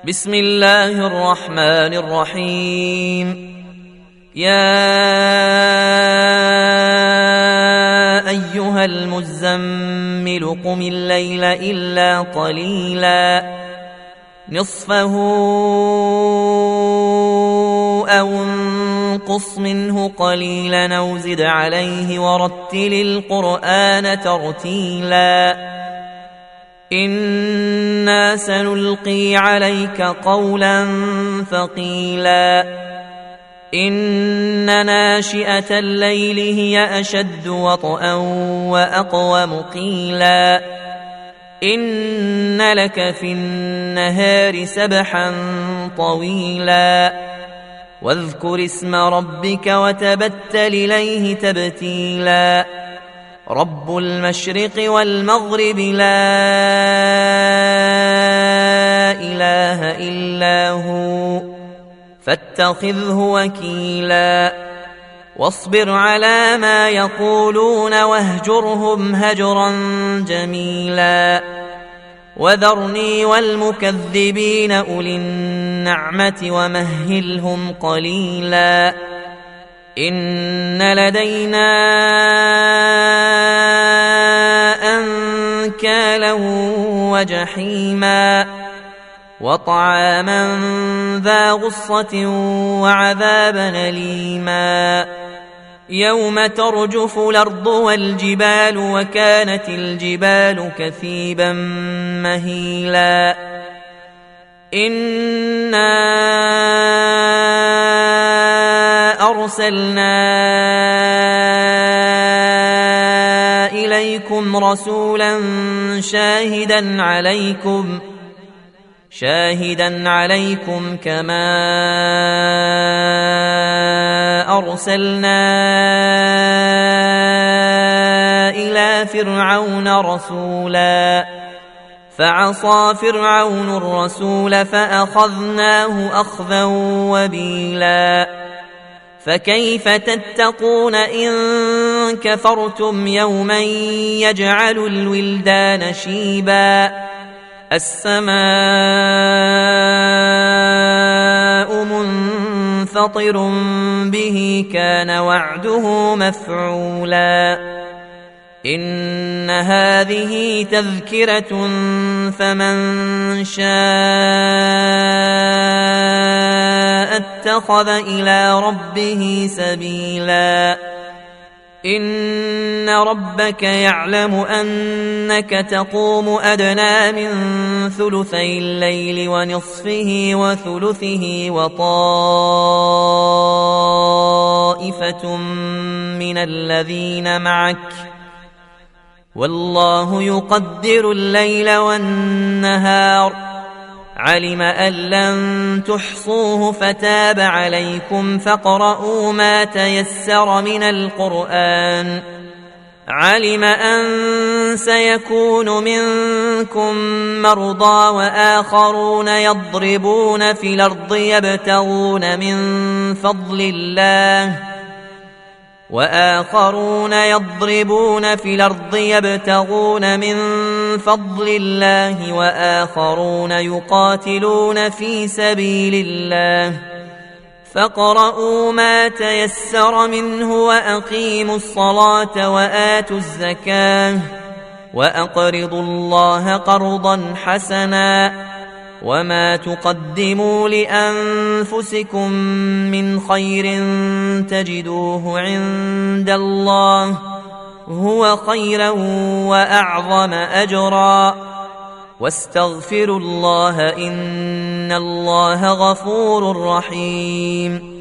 بسم الله الرحمن الرحيم. يا أيها المزمل قم الليل إلا قليلا نصفه أو انقص منه قليلا أو زد عليه ورتل القرآن ترتيلا إنا سنلقي عليك قولا ثقيلا إن ناشئة الليل هي أشد وطئا وأقوم قيلا إن لك في النهار سبحا طويلا واذكر اسم ربك وتبتل إليه تبتيلا رب المشرق والمغرب لا إله إلا هو فاتخذه وكيلا واصبر على ما يقولون واهجرهم هجرا جميلا وذرني والمكذبين أولي النعمة ومهلهم قليلا إن لدينا أنكالا وجحيما وطعاما ذا غصة وعذابا أليما يوم ترجف الأرض والجبال وكانت الجبال كثيبا مهيلا إنا أرسلنا إليكم رسولا شاهدا عليكم كما أرسلنا إلى فرعون رسولا فعصى فرعون الرسول فأخذناه أخذا وبيلا فكيف تتقون إن كفرتم يوما يجعل الولدان شيبا السماء منفطر به كان وعده مفعولا إن هذه تذكرة فمن شاء اتخذ إلى ربه سبيلا إن ربك يعلم أنك تقوم أدنى من ثلثي الليل ونصفه وثلثه وطائفة من الذين معك والله يقدر الليل والنهار علم أن لن تحصوه فتاب عليكم فاقرؤوا ما تيسر من القرآن علم أن سيكون منكم مرضى وآخرون يضربون في الأرض يبتغون من فضل الله وآخرون يقاتلون في سبيل الله فاقرؤوا ما تيسر منه وأقيموا الصلاة وآتوا الزكاة وأقرضوا الله قرضا حسنا وما تقدموا لأنفسكم من خير تجدوه عند الله هو خيرا وأعظم أجرا واستغفروا الله إن الله غفور رحيم